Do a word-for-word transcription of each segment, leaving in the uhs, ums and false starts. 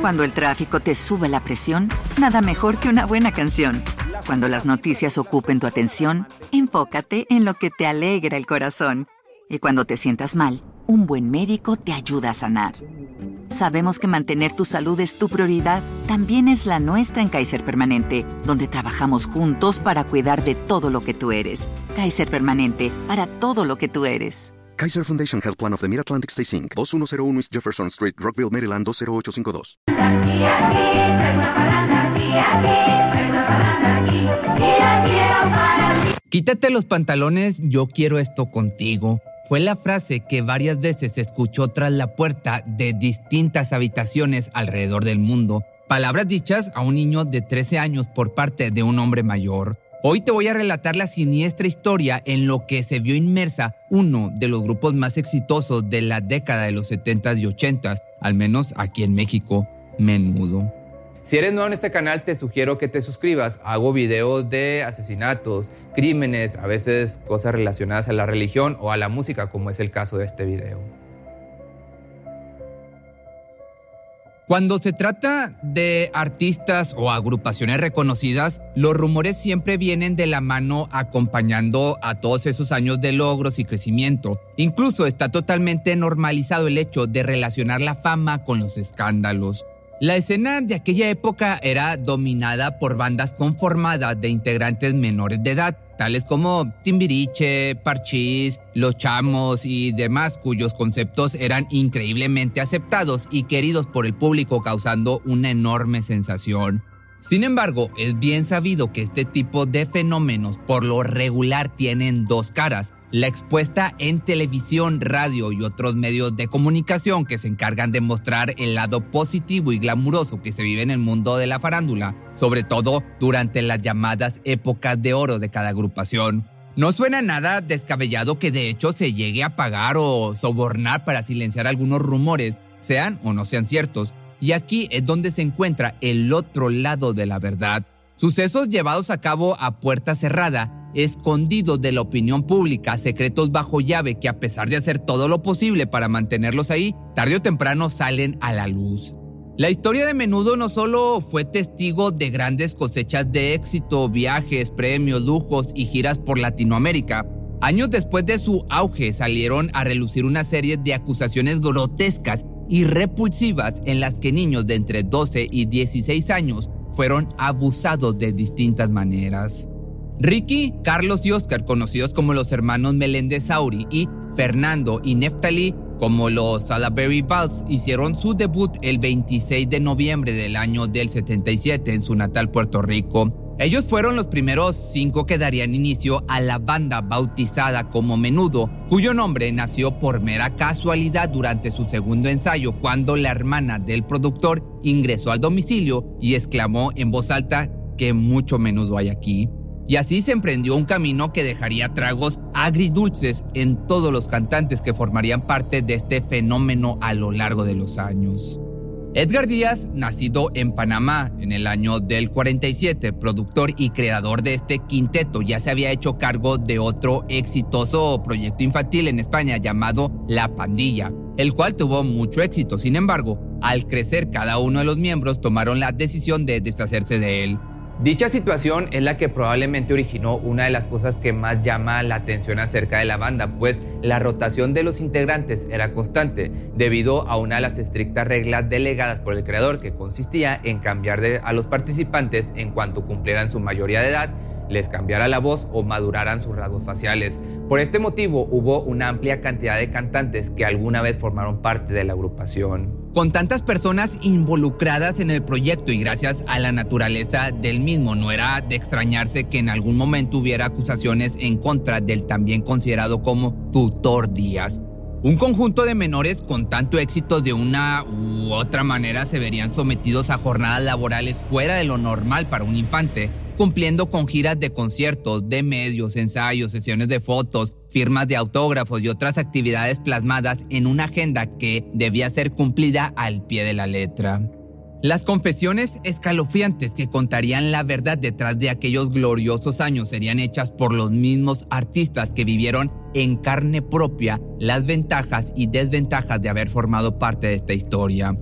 Cuando el tráfico te sube la presión, nada mejor que una buena canción. Cuando las noticias ocupen tu atención, enfócate en lo que te alegra el corazón. Y cuando te sientas mal, un buen médico te ayuda a sanar. Sabemos que mantener tu salud es tu prioridad, también es la nuestra en Kaiser Permanente, donde trabajamos juntos para cuidar de todo lo que tú eres. Kaiser Permanente, para todo lo que tú eres. Kaiser Foundation Health Plan of the Mid-Atlantic Stay Incorporated. veintiuno cero uno East Jefferson Street, Rockville, Maryland dos cero ocho cinco dos. Quítate los pantalones, yo quiero esto contigo. Fue la frase que varias veces se escuchó tras la puerta de distintas habitaciones alrededor del mundo. Palabras dichas a un niño de trece años por parte de un hombre mayor. Hoy te voy a relatar la siniestra historia en lo que se vio inmersa uno de los grupos más exitosos de la década de los setentas y ochentas, al menos aquí en México, Menudo. Si eres nuevo en este canal, te sugiero que te suscribas. Hago videos de asesinatos, crímenes, a veces cosas relacionadas a la religión o a la música, como es el caso de este video. Cuando se trata de artistas o agrupaciones reconocidas, los rumores siempre vienen de la mano acompañando a todos esos años de logros y crecimiento. Incluso está totalmente normalizado el hecho de relacionar la fama con los escándalos. La escena de aquella época era dominada por bandas conformadas de integrantes menores de edad, tales como Timbiriche, Parchís, Los Chamos y demás, cuyos conceptos eran increíblemente aceptados y queridos por el público, causando una enorme sensación. Sin embargo, es bien sabido que este tipo de fenómenos por lo regular tienen dos caras: la expuesta en televisión, radio y otros medios de comunicación que se encargan de mostrar el lado positivo y glamuroso que se vive en el mundo de la farándula, sobre todo durante las llamadas épocas de oro de cada agrupación. No suena nada descabellado que de hecho se llegue a pagar o sobornar para silenciar algunos rumores, sean o no sean ciertos. Y aquí es donde se encuentra el otro lado de la verdad. Sucesos llevados a cabo a puerta cerrada, escondidos de la opinión pública, secretos bajo llave que, a pesar de hacer todo lo posible para mantenerlos ahí, tarde o temprano salen a la luz. La historia de Menudo no solo fue testigo de grandes cosechas de éxito, viajes, premios, lujos y giras por Latinoamérica. Años después de su auge salieron a relucir una serie de acusaciones grotescas y repulsivas en las que niños de entre doce y dieciséis años fueron abusados de distintas maneras. Ricky, Carlos y Oscar, conocidos como los hermanos Meléndez Sauri, y Fernando y Neftali, como los Salaberry Valls, hicieron su debut el veintiséis de noviembre del año del setenta y siete en su natal Puerto Rico. Ellos fueron los primeros cinco que darían inicio a la banda bautizada como Menudo, cuyo nombre nació por mera casualidad durante su segundo ensayo, cuando la hermana del productor ingresó al domicilio y exclamó en voz alta que mucho menudo hay aquí. Y así se emprendió un camino que dejaría tragos agridulces en todos los cantantes que formarían parte de este fenómeno a lo largo de los años. Edgar Díaz, nacido en Panamá en el año del cuarenta y siete, productor y creador de este quinteto, ya se había hecho cargo de otro exitoso proyecto infantil en España llamado La Pandilla, el cual tuvo mucho éxito. Sin embargo, al crecer cada uno de los miembros tomaron la decisión de deshacerse de él. Dicha situación es la que probablemente originó una de las cosas que más llama la atención acerca de la banda, pues la rotación de los integrantes era constante, debido a una de las estrictas reglas delegadas por el creador, que consistía en cambiar de, a los participantes en cuanto cumplieran su mayoría de edad, les cambiara la voz o maduraran sus rasgos faciales. Por este motivo hubo una amplia cantidad de cantantes que alguna vez formaron parte de la agrupación. Con tantas personas involucradas en el proyecto y gracias a la naturaleza del mismo, no era de extrañarse que en algún momento hubiera acusaciones en contra del también considerado como tutor Díaz. Un conjunto de menores con tanto éxito de una u otra manera se verían sometidos a jornadas laborales fuera de lo normal para un infante, cumpliendo con giras de conciertos, de medios, ensayos, sesiones de fotos, firmas de autógrafos y otras actividades plasmadas en una agenda que debía ser cumplida al pie de la letra. Las confesiones escalofriantes que contarían la verdad detrás de aquellos gloriosos años serían hechas por los mismos artistas que vivieron en carne propia las ventajas y desventajas de haber formado parte de esta historia.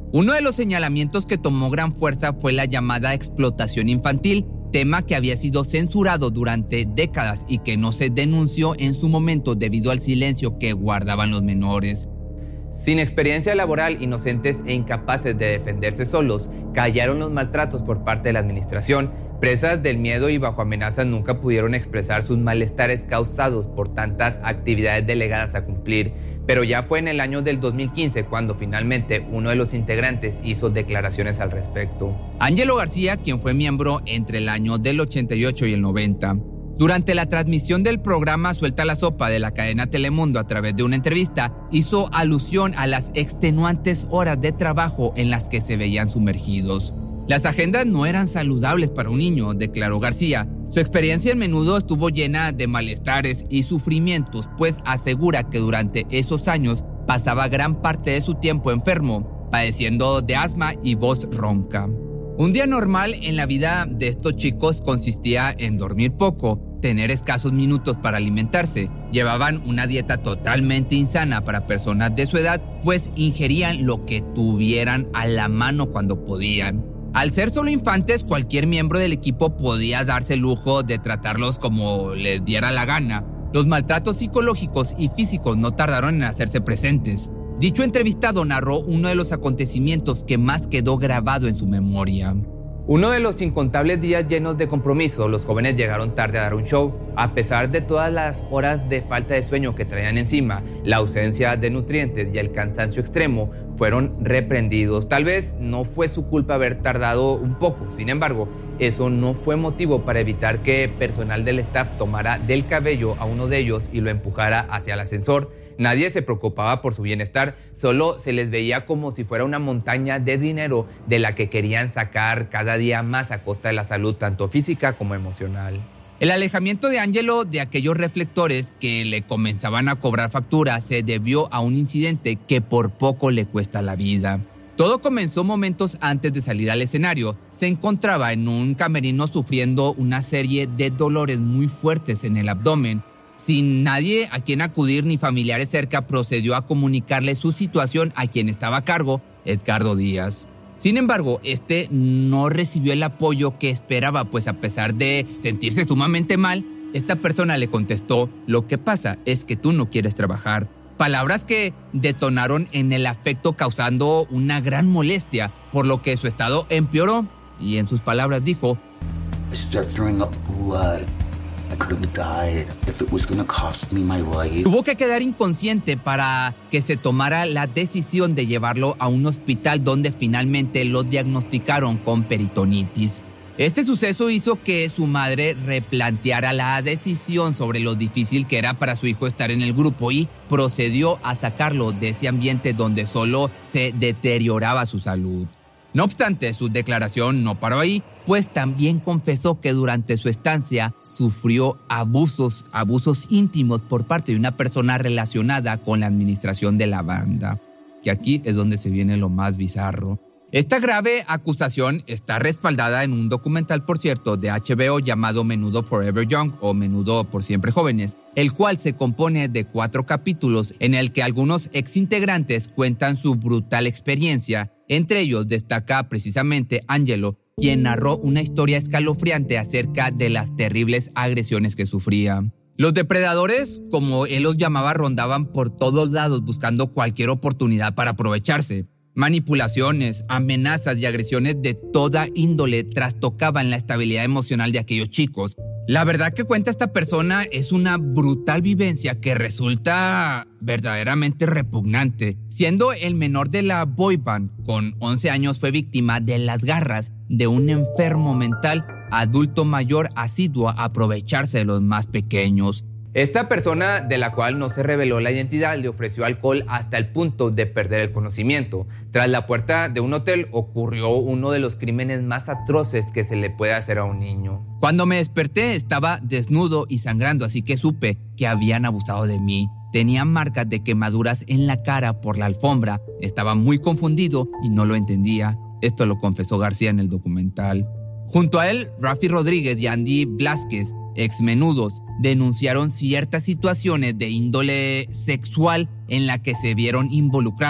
Uno de los señalamientos que tomó gran fuerza fue la llamada explotación infantil, tema que había sido censurado durante décadas y que no se denunció en su momento debido al silencio que guardaban los menores. Sin experiencia laboral, inocentes e incapaces de defenderse solos, callaron los maltratos por parte de la administración. Presas del miedo y bajo amenazas nunca pudieron expresar sus malestares causados por tantas actividades delegadas a cumplir. Pero ya fue en el año del dos mil quince cuando finalmente uno de los integrantes hizo declaraciones al respecto. Ángelo García, quien fue miembro entre el año del ochenta y ocho y el noventa. Durante la transmisión del programa Suelta la Sopa de la cadena Telemundo a través de una entrevista, hizo alusión a las extenuantes horas de trabajo en las que se veían sumergidos. Las agendas no eran saludables para un niño, declaró García. Su experiencia en Menudo estuvo llena de malestares y sufrimientos, pues asegura que durante esos años pasaba gran parte de su tiempo enfermo, padeciendo de asma y voz ronca. Un día normal en la vida de estos chicos consistía en dormir poco, tener escasos minutos para alimentarse. Llevaban una dieta totalmente insana para personas de su edad, pues ingerían lo que tuvieran a la mano cuando podían. Al ser solo infantes, cualquier miembro del equipo podía darse el lujo de tratarlos como les diera la gana. Los maltratos psicológicos y físicos no tardaron en hacerse presentes. Dicho entrevistado narró uno de los acontecimientos que más quedó grabado en su memoria. Uno de los incontables días llenos de compromiso, los jóvenes llegaron tarde a dar un show. A pesar de todas las horas de falta de sueño que traían encima, la ausencia de nutrientes y el cansancio extremo fueron reprendidos. Tal vez no fue su culpa haber tardado un poco, sin embargo, eso no fue motivo para evitar que personal del staff tomara del cabello a uno de ellos y lo empujara hacia el ascensor. Nadie se preocupaba por su bienestar, solo se les veía como si fuera una montaña de dinero de la que querían sacar cada día más a costa de la salud, tanto física como emocional. El alejamiento de Ángelo de aquellos reflectores que le comenzaban a cobrar factura se debió a un incidente que por poco le cuesta la vida. Todo comenzó momentos antes de salir al escenario. Se encontraba en un camerino sufriendo una serie de dolores muy fuertes en el abdomen. Sin nadie a quien acudir ni familiares cerca, procedió a comunicarle su situación a quien estaba a cargo, Edgardo Díaz. Sin embargo, este no recibió el apoyo que esperaba, pues a pesar de sentirse sumamente mal, esta persona le contestó: lo que pasa es que tú no quieres trabajar. Palabras que detonaron en el afecto, causando una gran molestia, por lo que su estado empeoró y en sus palabras dijo: I started throwing up blood. I could have died if it was going to cost me my life. Tuvo que quedar inconsciente para que se tomara la decisión de llevarlo a un hospital donde finalmente lo diagnosticaron con peritonitis. Este suceso hizo que su madre replanteara la decisión sobre lo difícil que era para su hijo estar en el grupo y procedió a sacarlo de ese ambiente donde solo se deterioraba su salud. No obstante, su declaración no paró ahí, pues también confesó que durante su estancia sufrió abusos, abusos íntimos por parte de una persona relacionada con la administración de la banda. Que aquí es donde se viene lo más bizarro. Esta grave acusación está respaldada en un documental, por cierto, de H B O llamado Menudo Forever Young o Menudo por Siempre Jóvenes, el cual se compone de cuatro capítulos en el que algunos exintegrantes cuentan su brutal experiencia. Entre ellos destaca precisamente Ángelo, quien narró una historia escalofriante acerca de las terribles agresiones que sufría. Los depredadores, como él los llamaba, rondaban por todos lados buscando cualquier oportunidad para aprovecharse. Manipulaciones, amenazas y agresiones de toda índole trastocaban la estabilidad emocional de aquellos chicos. La verdad que cuenta esta persona es una brutal vivencia que resulta verdaderamente repugnante. Siendo el menor de la boy band, con once años fue víctima de las garras de un enfermo mental, adulto mayor asiduo a aprovecharse de los más pequeños. Esta persona, de la cual no se reveló la identidad, le ofreció alcohol hasta el punto de perder el conocimiento. Tras la puerta de un hotel ocurrió uno de los crímenes más atroces que se le puede hacer a un niño. Cuando me desperté estaba desnudo y sangrando, así que supe que habían abusado de mí. Tenía marcas de quemaduras en la cara por la alfombra. Estaba muy confundido y no lo entendía. Esto lo confesó García en el documental. Junto a él, Rafi Rodríguez y Andy Blázquez, ex Menudos, denunciaron ciertas situaciones de índole sexual en la que se vieron involucrados.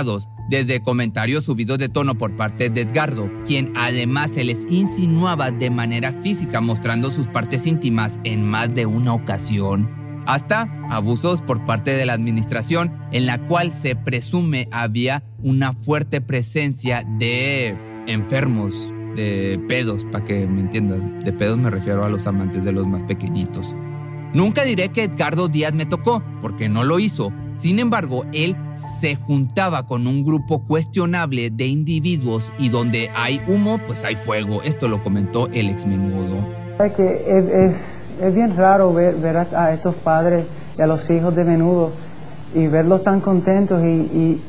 desde comentarios subidos de tono por parte de Edgardo, quien además se les insinuaba de manera física mostrando sus partes íntimas en más de una ocasión, hasta abusos por parte de la administración, en la cual se presume había una fuerte presencia de enfermos, de pedos, para que me entiendas. De pedos me refiero a los amantes de los más pequeñitos. Nunca diré que Edgardo Díaz me tocó, porque no lo hizo. Sin embargo, él se juntaba con un grupo cuestionable de individuos y donde hay humo, pues hay fuego. Esto lo comentó el exmenudo. Es que es, es, es bien raro ver, ver a, a estos padres y a los hijos de Menudo y verlos tan contentos y, y,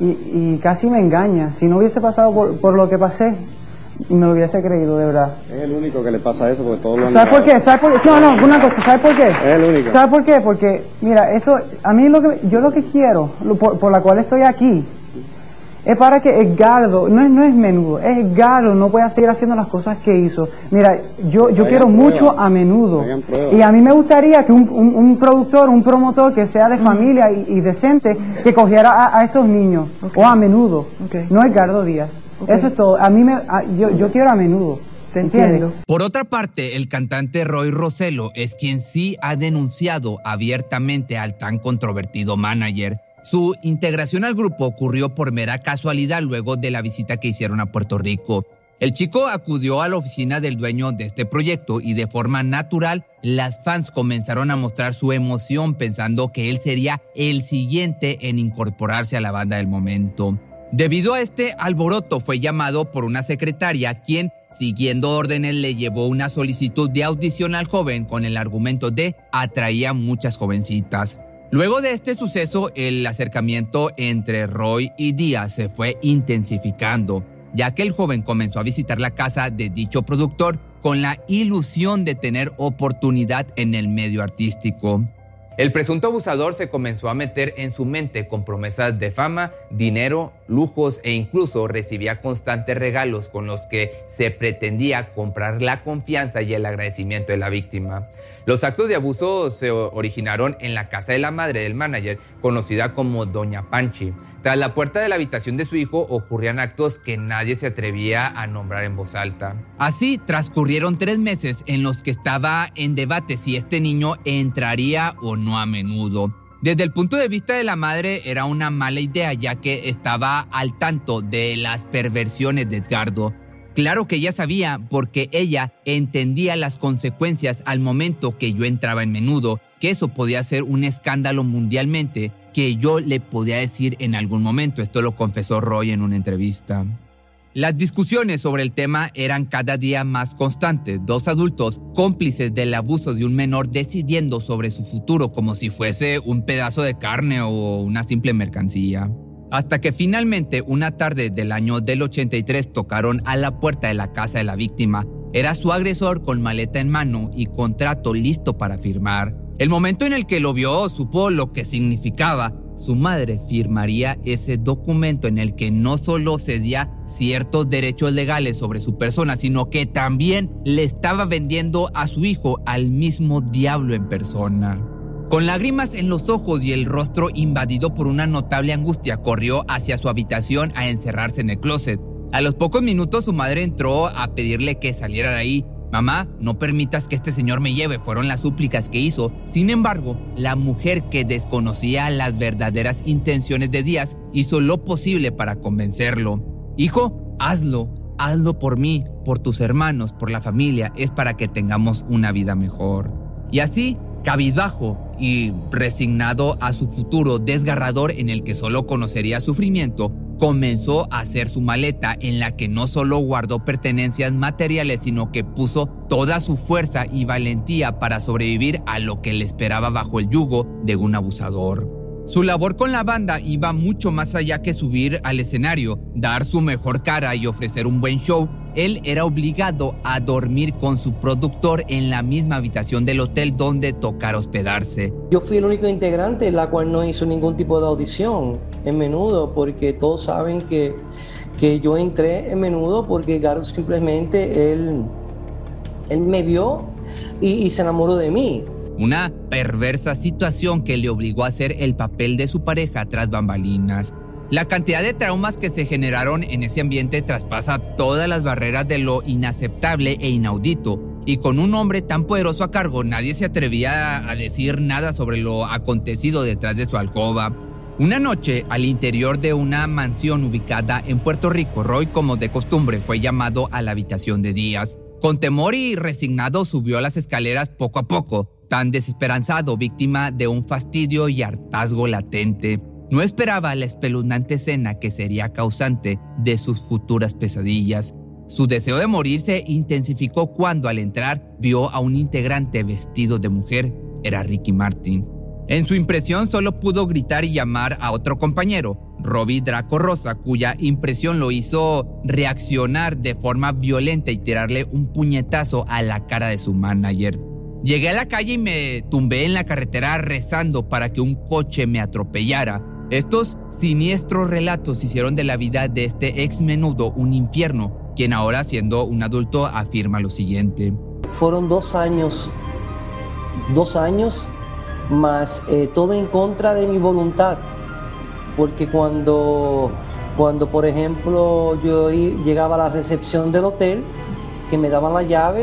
y, y casi me engaña. Si no hubiese pasado por, por lo que pasé, me lo hubiese creído, de verdad. Es el único que le pasa eso, porque todos lo han ¿Sabes por qué? ¿Sabes por qué? No, no, una cosa, ¿sabes por qué? Es el único. ¿Sabes por qué? Porque, mira, eso, a mí lo que, yo lo que quiero, lo, por, por la cual estoy aquí, es para que Edgardo, no es, no es Menudo, es Edgardo, no pueda seguir haciendo las cosas que hizo. Mira, yo, yo quiero prueba. mucho a Menudo. Y a mí me gustaría que un, un, un productor, un promotor que sea de familia y, y decente, que cogiera a, a esos niños, okay. o a Menudo, okay. no Edgardo Díaz. Okay. Eso es todo. A mí me, a, yo, yo quiero a Menudo. ¿Te entiendes? Por otra parte, el cantante Roy Rossello es quien sí ha denunciado abiertamente al tan controvertido manager. Su integración al grupo ocurrió por mera casualidad luego de la visita que hicieron a Puerto Rico. El chico acudió a la oficina del dueño de este proyecto y de forma natural las fans comenzaron a mostrar su emoción pensando que él sería el siguiente en incorporarse a la banda del momento. Debido a este alboroto fue llamado por una secretaria quien, siguiendo órdenes, le llevó una solicitud de audición al joven con el argumento de atraía muchas jovencitas. Luego de este suceso, el acercamiento entre Roy y Díaz se fue intensificando, ya que el joven comenzó a visitar la casa de dicho productor con la ilusión de tener oportunidad en el medio artístico. El presunto abusador se comenzó a meter en su mente con promesas de fama, dinero, lujos e incluso recibía constantes regalos con los que se pretendía comprar la confianza y el agradecimiento de la víctima. Los actos de abuso se originaron en la casa de la madre del manager, conocida como Doña Panchi. Tras la puerta de la habitación de su hijo ocurrían actos que nadie se atrevía a nombrar en voz alta. Así transcurrieron tres meses en los que estaba en debate si este niño entraría o no a Menudo. Desde el punto de vista de la madre era una mala idea, ya que estaba al tanto de las perversiones de Edgardo. Claro que ella sabía, porque ella entendía las consecuencias al momento que yo entraba en Menudo, que eso podía ser un escándalo mundialmente, que yo le podía decir en algún momento. Esto lo confesó Roy en una entrevista. Las discusiones sobre el tema eran cada día más constantes, dos adultos cómplices del abuso de un menor decidiendo sobre su futuro como si fuese un pedazo de carne o una simple mercancía. Hasta que finalmente una tarde del año del ochenta y tres tocaron a la puerta de la casa de la víctima. Era su agresor con maleta en mano y contrato listo para firmar. El momento en el que lo vio supo lo que significaba. Su madre firmaría ese documento en el que no solo cedía ciertos derechos legales sobre su persona, sino que también le estaba vendiendo a su hijo al mismo diablo en persona. Con lágrimas en los ojos y el rostro invadido por una notable angustia, corrió hacia su habitación a encerrarse en el closet. A los pocos minutos su madre entró a pedirle que saliera de ahí. «Mamá, no permitas que este señor me lleve», fueron las súplicas que hizo. Sin embargo, la mujer, que desconocía las verdaderas intenciones de Díaz, hizo lo posible para convencerlo. «Hijo, hazlo, hazlo por mí, por tus hermanos, por la familia, es para que tengamos una vida mejor». Y así, cabizbajo y resignado a su futuro desgarrador en el que solo conocería sufrimiento, comenzó a hacer su maleta en la que no solo guardó pertenencias materiales, sino que puso toda su fuerza y valentía para sobrevivir a lo que le esperaba bajo el yugo de un abusador. Su labor con la banda iba mucho más allá que subir al escenario, dar su mejor cara y ofrecer un buen show. Él era obligado a dormir con su productor en la misma habitación del hotel donde tocara hospedarse. Yo fui el único integrante la cual no hizo ningún tipo de audición en Menudo, porque todos saben que, que yo entré en Menudo porque Gardo simplemente él, él me vio y, y se enamoró de mí. Una perversa situación que le obligó a hacer el papel de su pareja tras bambalinas. La cantidad de traumas que se generaron en ese ambiente traspasa todas las barreras de lo inaceptable e inaudito, y con un hombre tan poderoso a cargo, nadie se atrevía a decir nada sobre lo acontecido detrás de su alcoba. Una noche, al interior de una mansión ubicada en Puerto Rico, Roy, como de costumbre, fue llamado a la habitación de Díaz. Con temor y resignado subió las escaleras poco a poco, tan desesperanzado, víctima de un fastidio y hartazgo latente. No esperaba la espeluznante escena que sería causante de sus futuras pesadillas. Su deseo de morir se intensificó cuando al entrar vio a un integrante vestido de mujer. Era Ricky Martin. En su impresión solo pudo gritar y llamar a otro compañero, Robbie Draco Rosa, cuya impresión lo hizo reaccionar de forma violenta y tirarle un puñetazo a la cara de su manager. Llegué a la calle y me tumbé en la carretera rezando para que un coche me atropellara. Estos siniestros relatos hicieron de la vida de este ex menudo un infierno, quien ahora, siendo un adulto, afirma lo siguiente. Fueron dos años, dos años más eh, todo en contra de mi voluntad, porque cuando, cuando por ejemplo yo llegaba a la recepción del hotel, que me daban la llave,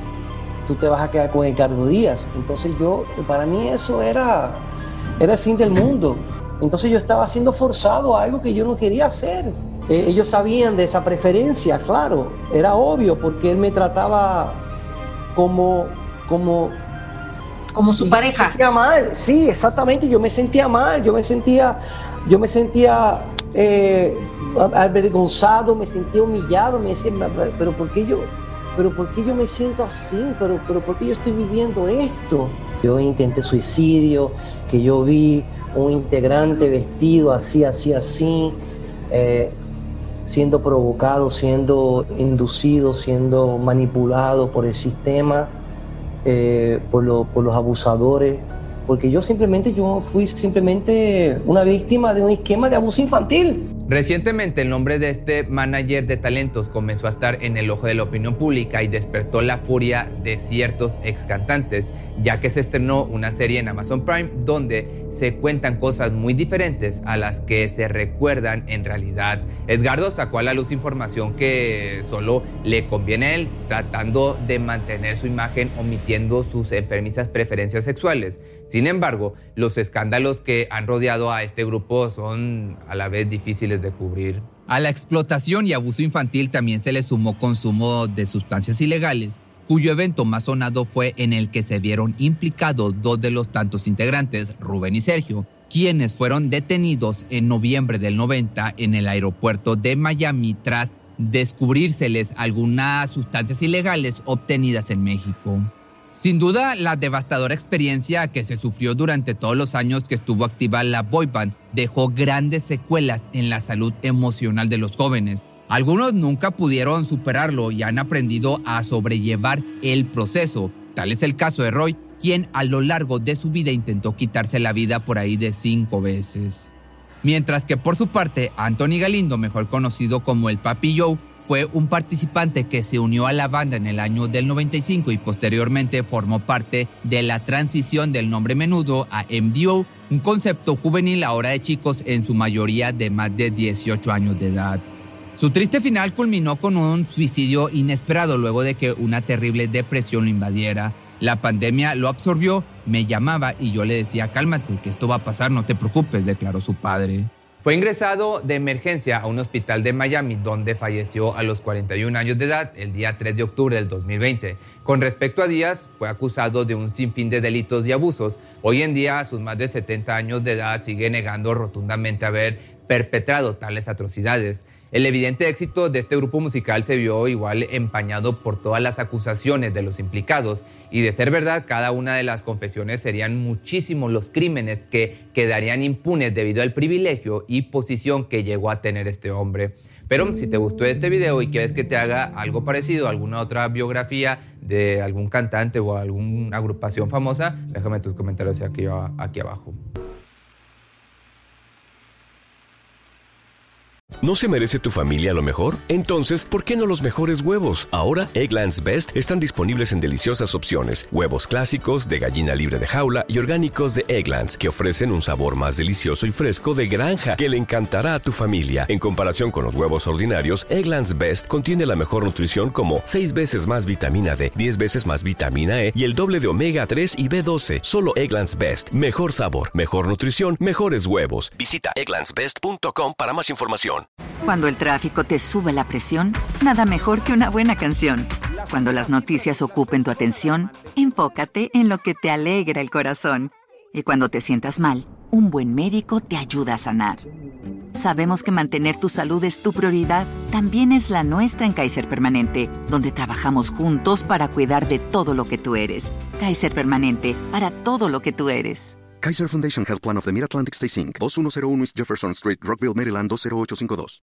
tú te vas a quedar con Edgardo Díaz. Entonces yo, para mí eso era, era el fin del mundo. Entonces yo estaba siendo forzado a algo que yo no quería hacer. Eh, ellos sabían de esa preferencia, claro, era obvio, porque él me trataba como, como, como su pareja. Me sentía mal, sí, exactamente. Yo me sentía mal, yo me sentía, yo me sentía eh, avergonzado, me sentía humillado, me decía, pero ¿por qué yo, pero por qué yo me siento así? Pero, pero ¿por qué yo estoy viviendo esto? Yo intenté suicidio, que yo vi un integrante vestido así, así, así, eh, siendo provocado, siendo inducido, siendo manipulado por el sistema, eh, por, lo, por los abusadores, porque yo simplemente, yo fui simplemente una víctima de un esquema de abuso infantil. Recientemente el nombre de este manager de talentos comenzó a estar en el ojo de la opinión pública y despertó la furia de ciertos ex cantantes, ya que se estrenó una serie en Amazon Prime donde se cuentan cosas muy diferentes a las que se recuerdan en realidad. Edgardo sacó a la luz información que solo le conviene a él, tratando de mantener su imagen omitiendo sus enfermizas preferencias sexuales. Sin embargo, los escándalos que han rodeado a este grupo son a la vez difíciles de cubrir. A la explotación y abuso infantil también se le sumó consumo de sustancias ilegales, cuyo evento más sonado fue en el que se vieron implicados dos de los tantos integrantes, Rubén y Sergio, quienes fueron detenidos en noviembre del noventa en el aeropuerto de Miami tras descubrírseles algunas sustancias ilegales obtenidas en México. Sin duda, la devastadora experiencia que se sufrió durante todos los años que estuvo activa la boy band dejó grandes secuelas en la salud emocional de los jóvenes. Algunos nunca pudieron superarlo y han aprendido a sobrellevar el proceso. Tal es el caso de Roy, quien a lo largo de su vida intentó quitarse la vida por ahí de cinco veces. Mientras que por su parte, Anthony Galindo, mejor conocido como el Papi Joe, fue un participante que se unió a la banda en el año del noventa y cinco y posteriormente formó parte de la transición del nombre Menudo a M D O, un concepto juvenil ahora de chicos en su mayoría de más de dieciocho años de edad. Su triste final culminó con un suicidio inesperado luego de que una terrible depresión lo invadiera. La pandemia lo absorbió, me llamaba y yo le decía, cálmate, que esto va a pasar, no te preocupes, declaró su padre. Fue ingresado de emergencia a un hospital de Miami, donde falleció a los cuarenta y un años de edad el día tres de octubre del dos mil veinte. Con respecto a Díaz, fue acusado de un sinfín de delitos y abusos. Hoy en día, a sus más de setenta años de edad, sigue negando rotundamente haber perpetrado tales atrocidades. El evidente éxito de este grupo musical se vio igual empañado por todas las acusaciones de los implicados, y de ser verdad, cada una de las confesiones serían muchísimos los crímenes que quedarían impunes debido al privilegio y posición que llegó a tener este hombre. Pero si te gustó este video y quieres que te haga algo parecido, alguna otra biografía de algún cantante o alguna agrupación famosa, déjame tus comentarios aquí, aquí abajo. ¿No se merece tu familia lo mejor? Entonces, ¿por qué no los mejores huevos? Ahora, Eggland's Best están disponibles en deliciosas opciones. Huevos clásicos, de gallina libre de jaula y orgánicos de Eggland's, que ofrecen un sabor más delicioso y fresco de granja que le encantará a tu familia. En comparación con los huevos ordinarios, Eggland's Best contiene la mejor nutrición como seis veces más vitamina D, diez veces más vitamina E y el doble de omega tres y B doce. Solo Eggland's Best. Mejor sabor, mejor nutrición, mejores huevos. Visita egglands best punto com para más información. Cuando el tráfico te sube la presión, nada mejor que una buena canción. Cuando las noticias ocupen tu atención, enfócate en lo que te alegra el corazón. Y cuando te sientas mal, un buen médico te ayuda a sanar. Sabemos que mantener tu salud es tu prioridad, también es la nuestra en Kaiser Permanente, donde trabajamos juntos para cuidar de todo lo que tú eres. Kaiser Permanente, para todo lo que tú eres. Kaiser Foundation Health Plan of the Mid-Atlantic Stay Incorporated, dos uno cero uno East Jefferson Street, Rockville, Maryland, dos cero ocho cinco dos.